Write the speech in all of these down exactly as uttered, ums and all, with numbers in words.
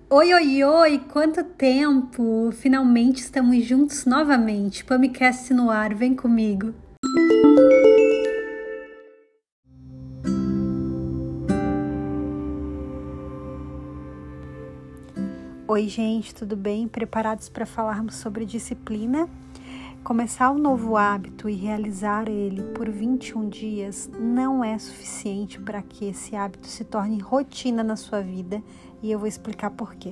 Oi, oi, oi, quanto tempo! Finalmente estamos juntos novamente. PamiCast no ar, vem comigo. Oi, gente, tudo bem? Preparados para falarmos sobre disciplina? Começar um novo hábito e realizar ele por vinte e um dias não é suficiente para que esse hábito se torne rotina na sua vida e eu vou explicar por quê.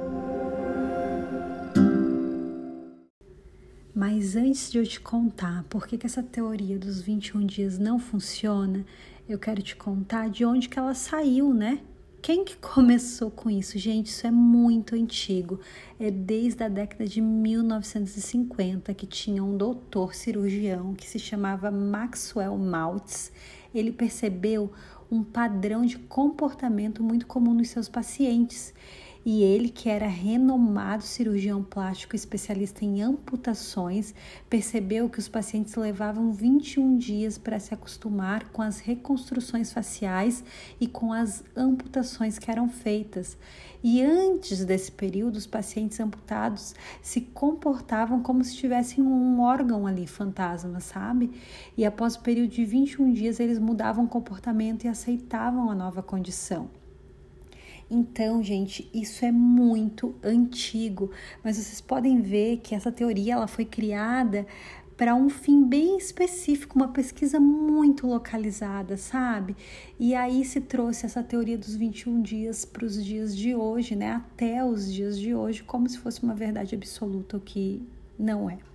Mas antes de eu te contar por que, que essa teoria dos vinte e um dias não funciona, eu quero te contar de onde que ela saiu, né? Quem que começou com isso? Gente, isso é muito antigo. É desde a década de mil novecentos e cinquenta que tinha um doutor cirurgião que se chamava Maxwell Maltz. Ele percebeu um padrão de comportamento muito comum nos seus pacientes. E ele, que era renomado cirurgião plástico especialista em amputações, percebeu que os pacientes levavam vinte e um dias para se acostumar com as reconstruções faciais e com as amputações que eram feitas. E antes desse período, os pacientes amputados se comportavam como se tivessem um órgão ali, fantasma, sabe? E após o período de vinte e um dias, eles mudavam o comportamento e aceitavam a nova condição. Então, gente, isso é muito antigo, mas vocês podem ver que essa teoria ela foi criada para um fim bem específico, uma pesquisa muito localizada, sabe? E aí se trouxe essa teoria dos vinte e um dias para os dias de hoje, né? Até os dias de hoje, como se fosse uma verdade absoluta, o que não é.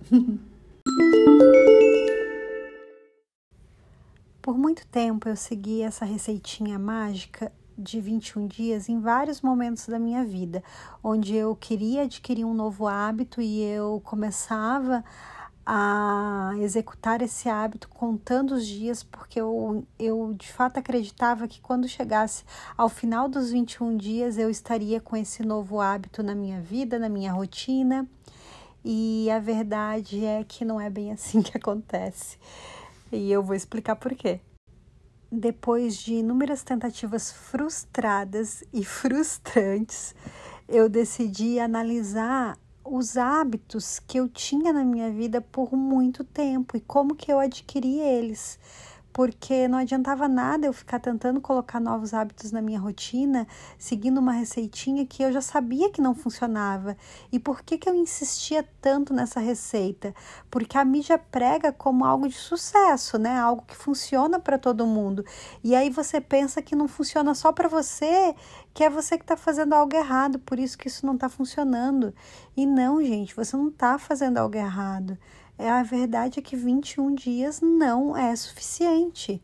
Por muito tempo eu segui essa receitinha mágica de vinte e um dias em vários momentos da minha vida, onde eu queria adquirir um novo hábito e eu começava a executar esse hábito contando os dias, porque eu, eu de fato acreditava que quando chegasse ao final dos vinte e um dias eu estaria com esse novo hábito na minha vida, na minha rotina, e a verdade é que não é bem assim que acontece, e eu vou explicar por quê. Depois de inúmeras tentativas frustradas e frustrantes, eu decidi analisar os hábitos que eu tinha na minha vida por muito tempo e como que eu adquiri eles. Porque não adiantava nada eu ficar tentando colocar novos hábitos na minha rotina, seguindo uma receitinha que eu já sabia que não funcionava. E por que que eu insistia tanto nessa receita? Porque a mídia prega como algo de sucesso, né? Algo que funciona para todo mundo. E aí você pensa que não funciona só para você, que é você que está fazendo algo errado, por isso que isso não está funcionando. E não, gente, você não está fazendo algo errado. A verdade é que vinte e um dias não é suficiente.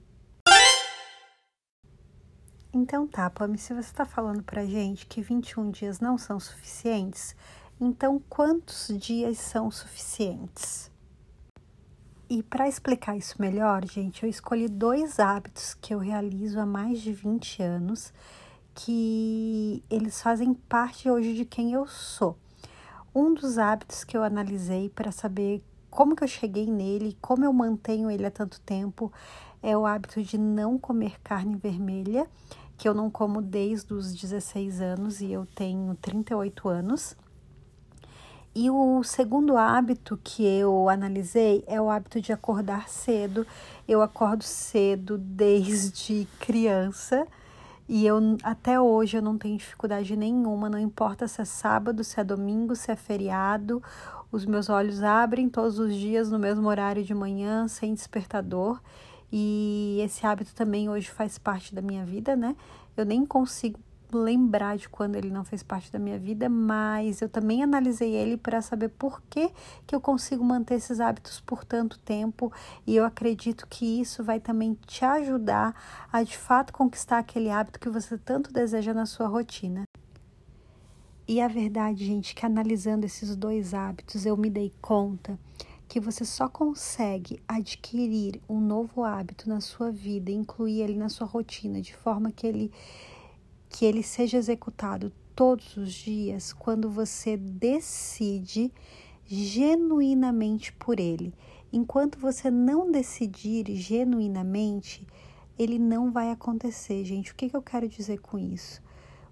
Então tá, Pami, se você está falando pra gente que vinte e um dias não são suficientes, então quantos dias são suficientes? E para explicar isso melhor, gente, eu escolhi dois hábitos que eu realizo há mais de vinte anos, que eles fazem parte hoje de quem eu sou. Um dos hábitos que eu analisei para saber como que eu cheguei nele, como eu mantenho ele há tanto tempo, é o hábito de não comer carne vermelha, que eu não como desde os dezesseis anos e eu tenho trinta e oito anos. E o segundo hábito que eu analisei é o hábito de acordar cedo. Eu acordo cedo desde criança e eu até hoje eu não tenho dificuldade nenhuma, não importa se é sábado, se é domingo, se é feriado. Os meus olhos abrem todos os dias no mesmo horário de manhã, sem despertador. E esse hábito também hoje faz parte da minha vida, né? Eu nem consigo lembrar de quando ele não fez parte da minha vida, mas eu também analisei ele para saber por que que eu consigo manter esses hábitos por tanto tempo. E eu acredito que isso vai também te ajudar a, de fato, conquistar aquele hábito que você tanto deseja na sua rotina. E a verdade, gente, que analisando esses dois hábitos, eu me dei conta que você só consegue adquirir um novo hábito na sua vida, incluir ele na sua rotina, de forma que ele, que ele seja executado todos os dias, quando você decide genuinamente por ele. Enquanto você não decidir genuinamente, ele não vai acontecer, gente. O que que eu quero dizer com isso?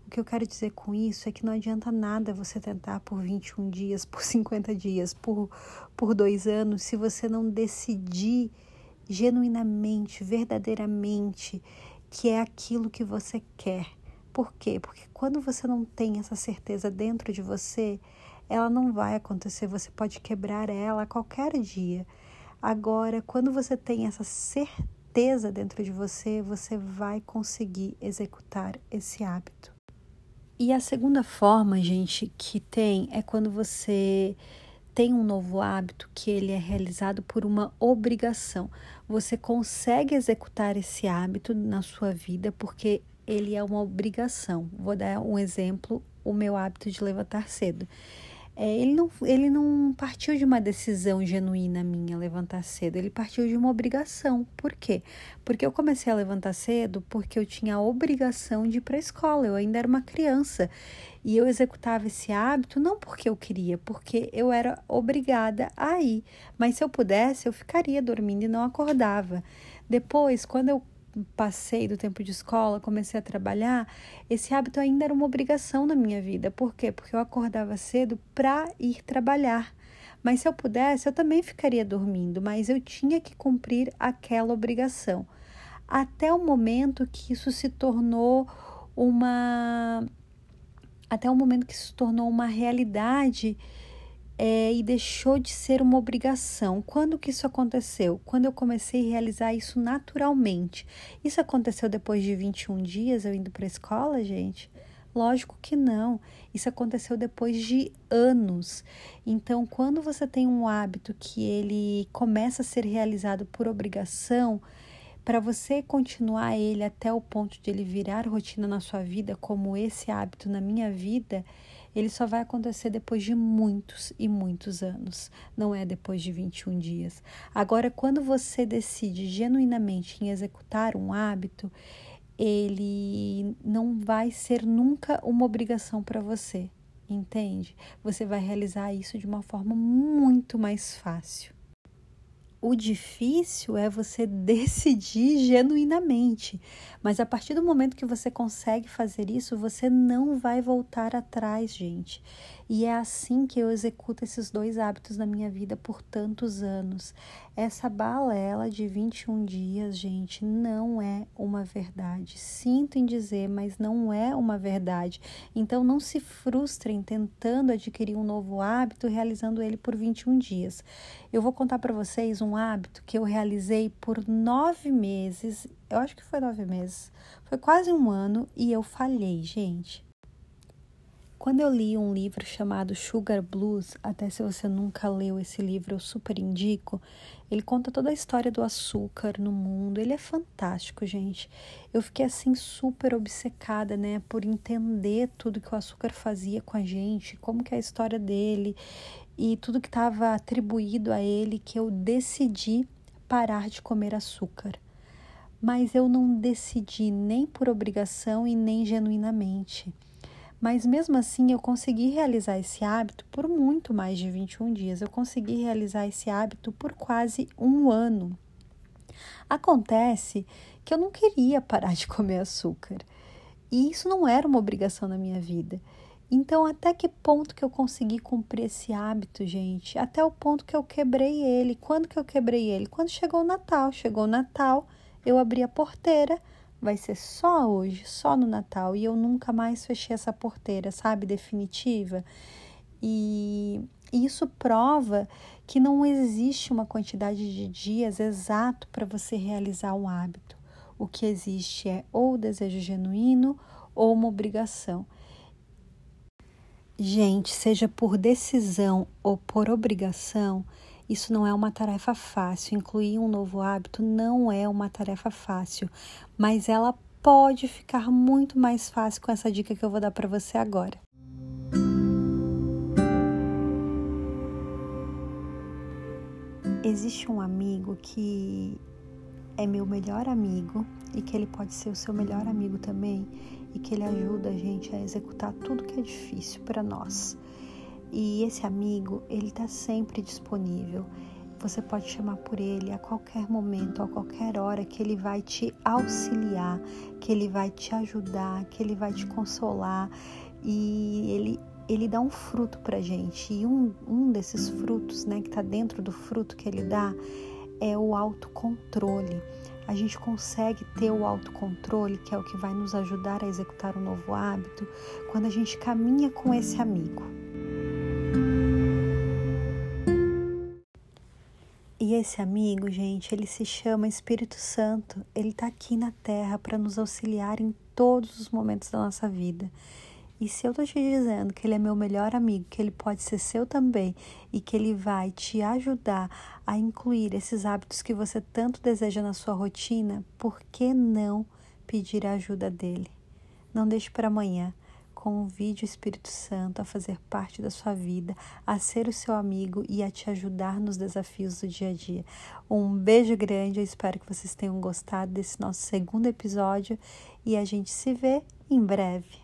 O que eu quero dizer com isso é que não adianta nada você tentar por vinte e um dias, por cinquenta dias, por, por dois anos, se você não decidir genuinamente, verdadeiramente, que é aquilo que você quer. Por quê? Porque quando você não tem essa certeza dentro de você, ela não vai acontecer, você pode quebrar ela a qualquer dia. Agora, quando você tem essa certeza dentro de você, você vai conseguir executar esse hábito. E a segunda forma, gente, que tem é quando você tem um novo hábito que ele é realizado por uma obrigação. Você consegue executar esse hábito na sua vida porque ele é uma obrigação. Vou dar um exemplo, o meu hábito de levantar cedo. É, ele, não, ele não partiu de uma decisão genuína minha levantar cedo, ele partiu de uma obrigação. Por quê? Porque eu comecei a levantar cedo porque eu tinha a obrigação de ir para a escola, eu ainda era uma criança. E eu executava esse hábito não porque eu queria, porque eu era obrigada a ir. Mas se eu pudesse, eu ficaria dormindo e não acordava. Depois, quando eu passei do tempo de escola, comecei a trabalhar, esse hábito ainda era uma obrigação na minha vida. Por quê? Porque eu acordava cedo para ir trabalhar. Mas se eu pudesse, eu também ficaria dormindo, mas eu tinha que cumprir aquela obrigação. Até o momento que isso se tornou uma... Até o momento que isso se tornou uma realidade É, e deixou de ser uma obrigação. Quando que isso aconteceu? Quando eu comecei a realizar isso naturalmente. Isso aconteceu depois de vinte e um dias eu indo para a escola, gente? Lógico que não. Isso aconteceu depois de anos. Então, quando você tem um hábito que ele começa a ser realizado por obrigação, para você continuar ele até o ponto de ele virar rotina na sua vida, como esse hábito na minha vida, ele só vai acontecer depois de muitos e muitos anos, não é depois de vinte e um dias. Agora, quando você decide genuinamente em executar um hábito, ele não vai ser nunca uma obrigação para você, entende? Você vai realizar isso de uma forma muito mais fácil. O difícil é você decidir genuinamente, mas a partir do momento que você consegue fazer isso, você não vai voltar atrás, gente. E é assim que eu executo esses dois hábitos na minha vida por tantos anos. Essa balela de vinte e um dias, gente, não é uma verdade. Sinto em dizer, mas não é uma verdade. Então não se frustrem tentando adquirir um novo hábito, realizando ele por vinte e um dias. Eu vou contar para vocês um hábito que eu realizei por nove meses, eu acho que foi nove meses, foi quase um ano e eu falhei, gente. Quando eu li um livro chamado Sugar Blues, até se você nunca leu esse livro, eu super indico, ele conta toda a história do açúcar no mundo, ele é fantástico, gente. Eu fiquei assim super obcecada, né, por entender tudo que o açúcar fazia com a gente, como que é a história dele e tudo que estava atribuído a ele, que eu decidi parar de comer açúcar. Mas eu não decidi nem por obrigação e nem genuinamente. Mas mesmo assim eu consegui realizar esse hábito por muito mais de vinte e um dias. Eu consegui realizar esse hábito por quase um ano. Acontece que eu não queria parar de comer açúcar. E isso não era uma obrigação na minha vida. Então, até que ponto que eu consegui cumprir esse hábito, gente? Até o ponto que eu quebrei ele. Quando que eu quebrei ele? Quando chegou o Natal. Chegou o Natal, eu abri a porteira. Vai ser só hoje, só no Natal. E eu nunca mais fechei essa porteira, sabe? Definitiva. E isso prova que não existe uma quantidade de dias exato para você realizar um hábito. O que existe é ou o desejo genuíno ou uma obrigação. Gente, seja por decisão ou por obrigação, isso não é uma tarefa fácil. Incluir um novo hábito não é uma tarefa fácil, mas ela pode ficar muito mais fácil com essa dica que eu vou dar para você agora. Existe um amigo que é meu melhor amigo e que ele pode ser o seu melhor amigo também e que ele ajuda a gente a executar tudo que é difícil para nós. E esse amigo, ele está sempre disponível. você pode chamar por ele a qualquer momento, a qualquer hora, que ele vai te auxiliar, que ele vai te ajudar, que ele vai te consolar, e ele, ele dá um fruto pra gente, e um, um desses frutos, né, que tá dentro do fruto que ele dá, é o autocontrole. A gente consegue ter o autocontrole, que é o que vai nos ajudar a executar um novo hábito, quando a gente caminha com esse amigo. E esse amigo, gente, ele se chama Espírito Santo. Ele está aqui na Terra para nos auxiliar em todos os momentos da nossa vida. E se eu estou te dizendo que ele é meu melhor amigo, que ele pode ser seu também e que ele vai te ajudar a incluir esses hábitos que você tanto deseja na sua rotina, por que não pedir a ajuda dele? Não deixe para amanhã. Convide o Espírito Santo a fazer parte da sua vida, a ser o seu amigo e a te ajudar nos desafios do dia a dia. Um beijo grande, eu espero que vocês tenham gostado desse nosso segundo episódio e a gente se vê em breve.